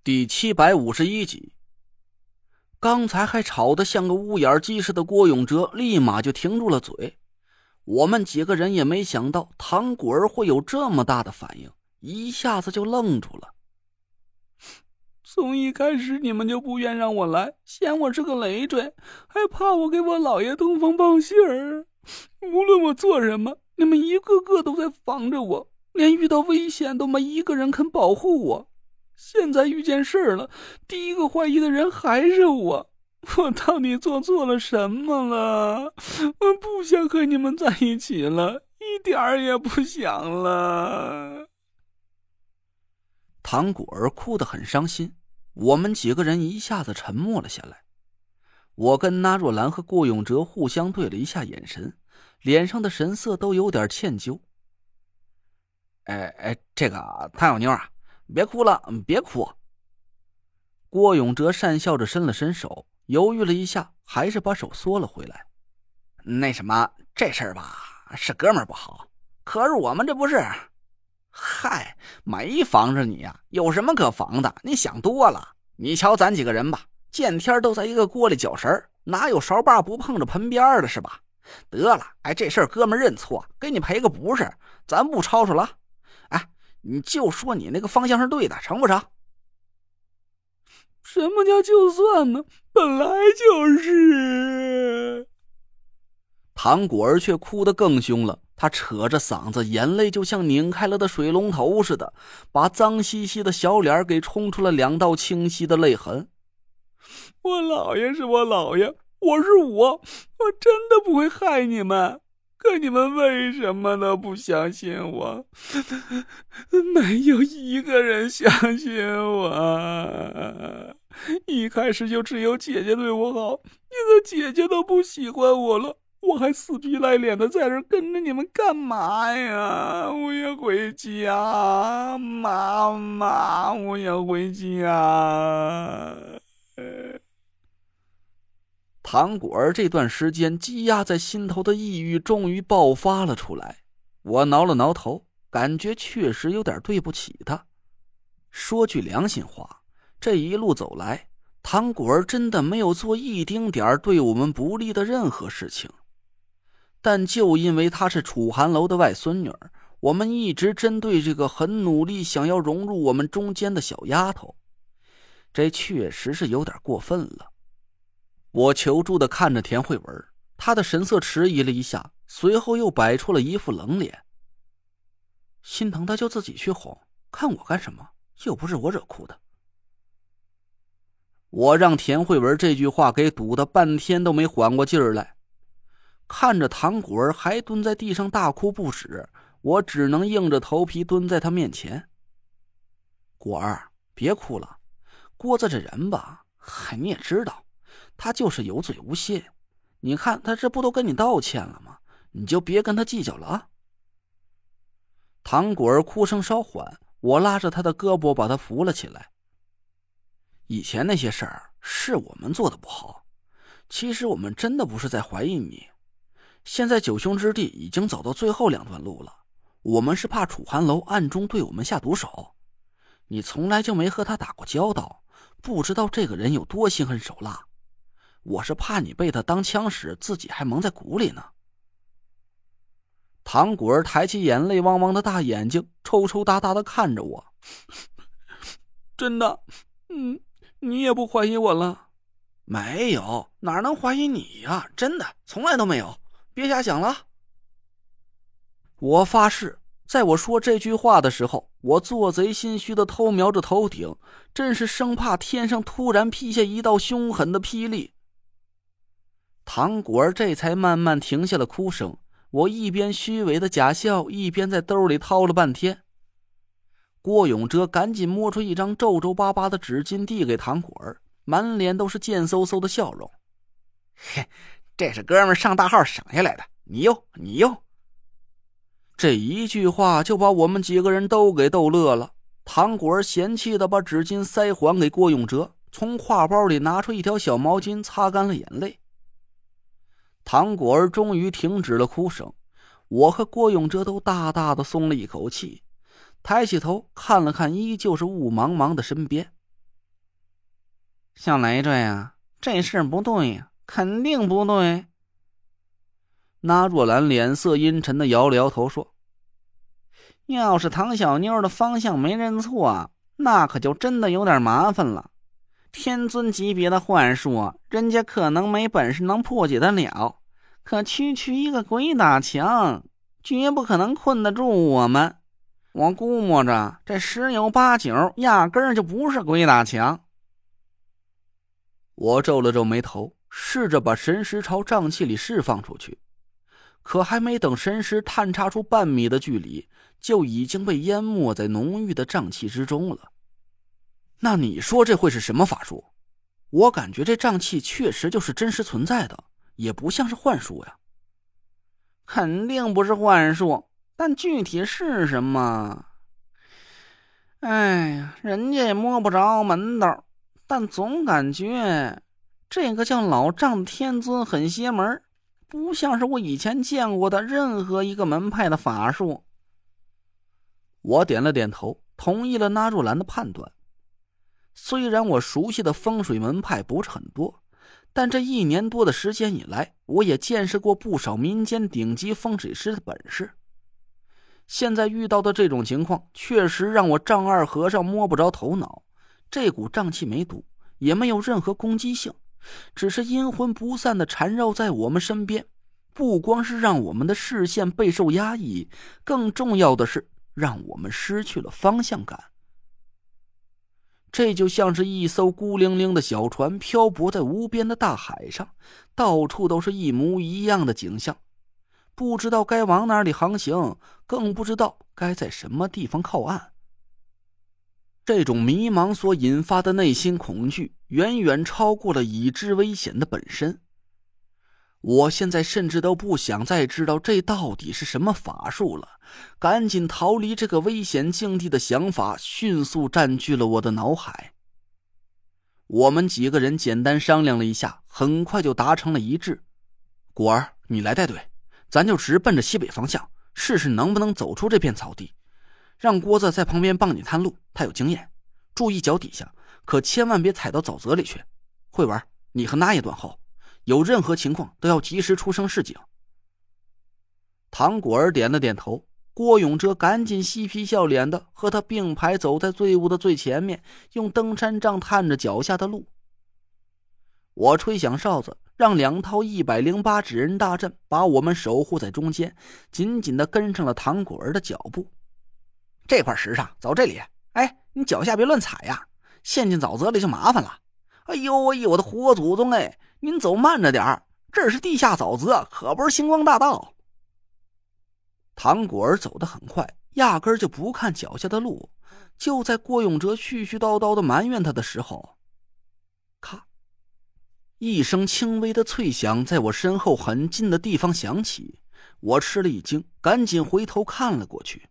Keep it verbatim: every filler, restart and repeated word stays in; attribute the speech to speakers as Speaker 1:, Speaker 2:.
Speaker 1: 第七百五十一集。刚才还吵得像个乌眼鸡似的郭永哲立马就停住了嘴。我们几个人也没想到唐果儿会有这么大的反应，一下子就愣住了。
Speaker 2: 从一开始你们就不愿让我来，嫌我是个累赘，还怕我给我老爷通风报信儿。无论我做什么，你们一个个都在防着我，连遇到危险都没一个人肯保护我。现在遇见事了，第一个怀疑的人还是我。我到底做错了什么了？我不想和你们在一起了，一点儿也不想了。
Speaker 1: 唐果儿哭得很伤心，我们几个人一下子沉默了下来。我跟纳若兰和顾永哲互相对了一下眼神，脸上的神色都有点歉疚。哎哎，这个唐小妞啊，别哭了，别哭。郭永哲讪笑着伸了伸手，犹豫了一下，还是把手缩了回来。那什么，这事儿吧，是哥们儿不好，可是我们这不是……嗨，没防着你呀、啊，有什么可防的？你想多了。你瞧咱几个人吧，见天都在一个锅里搅食，哪有勺把不碰着盆边的是吧？得了，哎，这事儿哥们认错，给你赔个不是，咱不吵吵了。哎，你就说你那个方向是对的，成不成？
Speaker 2: 什么叫就算呢？本来就是。
Speaker 1: 唐果儿却哭得更凶了，他扯着嗓子，眼泪就像拧开了的水龙头似的，把脏兮兮的小脸给冲出了两道清晰的泪痕。
Speaker 2: 我姥爷是我姥爷，我是我，我真的不会害你们，可你们为什么都不相信我？没有一个人相信我。一开始就只有姐姐对我好，现在姐姐都不喜欢我了，我还死皮赖脸的在这跟着你们干嘛呀？我要回家，妈妈，我要回家。
Speaker 1: 唐果儿这段时间积压在心头的抑郁终于爆发了出来。我挠了挠头，感觉确实有点对不起他。说句良心话，这一路走来，唐果儿真的没有做一丁点儿对我们不利的任何事情。但就因为她是楚寒楼的外孙女儿，我们一直针对这个很努力想要融入我们中间的小丫头，这确实是有点过分了。我求助地看着田慧文，她的神色迟疑了一下，随后又摆出了一副冷脸。心疼她就自己去哄，看我干什么？又不是我惹哭的。我让田慧文这句话给堵得半天都没缓过劲儿来。看着唐果儿还蹲在地上大哭不止，我只能硬着头皮蹲在他面前。果儿，别哭了，郭子这人吧，嗨，你也知道，他就是有嘴无心。你看他这不都跟你道歉了吗？你就别跟他计较了啊。唐果儿哭声稍缓，我拉着他的胳膊把他扶了起来。以前那些事儿是我们做的不好，其实我们真的不是在怀疑你。现在九兄之弟已经走到最后两段路了，我们是怕楚寒楼暗中对我们下毒手。你从来就没和他打过交道，不知道这个人有多心狠手辣。我是怕你被他当枪使，自己还蒙在鼓里呢。唐果儿抬起眼泪汪汪的大眼睛，抽抽搭搭的看着我。
Speaker 2: 真的，嗯，你也不怀疑我了？
Speaker 1: 没有，哪能怀疑你呀？真的，从来都没有，别瞎想了。我发誓，在我说这句话的时候，我做贼心虚的偷瞄着头顶，真是生怕天上突然劈下一道凶狠的霹雳。唐果儿这才慢慢停下了哭声，我一边虚伪的假笑，一边在兜里掏了半天。郭永哲赶紧摸出一张皱皱巴巴的纸巾递给唐果儿，满脸都是贱嗖嗖的笑容。嘿，这是哥们上大号省下来的，你用你用。这一句话就把我们几个人都给逗乐了。唐果儿嫌弃的把纸巾塞还给郭永哲，从挎包里拿出一条小毛巾擦干了眼泪。唐果儿终于停止了哭声，我和郭永哲都大大的松了一口气，抬起头看了看依旧是雾茫茫的身边。 小累赘啊，这事不对呀，肯定不对。那若兰脸色阴沉的摇了摇头说，要是唐小妞的方向没认错，那可就真的有点麻烦了。天尊级别的幻术，人家可能没本事能破解得了，可区区一个鬼打墙，绝不可能困得住我们。我估摸着这十有八九压根儿就不是鬼打墙。我皱了皱眉头，试着把神识朝瘴气里释放出去，可还没等神识探查出半米的距离，就已经被淹没在浓郁的瘴气之中了。那你说这会是什么法术？我感觉这瘴气确实就是真实存在的，也不像是幻术呀。肯定不是幻术，但具体是什么？哎呀，人家也摸不着门道，但总感觉这个叫老丈的天尊很邪门，不像是我以前见过的任何一个门派的法术。我点了点头，同意了纳若兰的判断。虽然我熟悉的风水门派不是很多，但这一年多的时间以来，我也见识过不少民间顶级风水师的本事。现在遇到的这种情况，确实让我丈二和尚摸不着头脑。这股瘴气没毒，也没有任何攻击性，只是阴魂不散地缠绕在我们身边，不光是让我们的视线备受压抑，更重要的是让我们失去了方向感。这就像是一艘孤零零的小船漂泊在无边的大海上，到处都是一模一样的景象，不知道该往哪里航行，更不知道该在什么地方靠岸。这种迷茫所引发的内心恐惧，远远超过了已知危险的本身。我现在甚至都不想再知道这到底是什么法术了，赶紧逃离这个危险境地的想法迅速占据了我的脑海。我们几个人简单商量了一下，很快就达成了一致。果儿，你来带队，咱就直奔着西北方向，试试能不能走出这片草地。让郭子在旁边帮你探路，他有经验。注意脚底下，可千万别踩到沼泽里去。慧文，你和那也断后，有任何情况都要及时出声示警。唐果儿点了点头，郭永哲赶紧嬉皮笑脸的和他并排走在队伍的最前面，用登山杖探着脚下的路。我吹响哨子，让两套一百零八纸人大阵把我们守护在中间，紧紧的跟上了唐果儿的脚步。这块石上，走这里。哎，你脚下别乱踩呀，陷进沼泽里就麻烦了。哎呦哎呦，我的活祖宗哎，您走慢着点儿，这是地下沼泽，可不是星光大道。唐果儿走得很快，压根儿就不看脚下的路。就在郭永哲絮絮叨叨的埋怨他的时候，咔，一声轻微的脆响在我身后很近的地方响起。我吃了一惊，赶紧回头看了过去。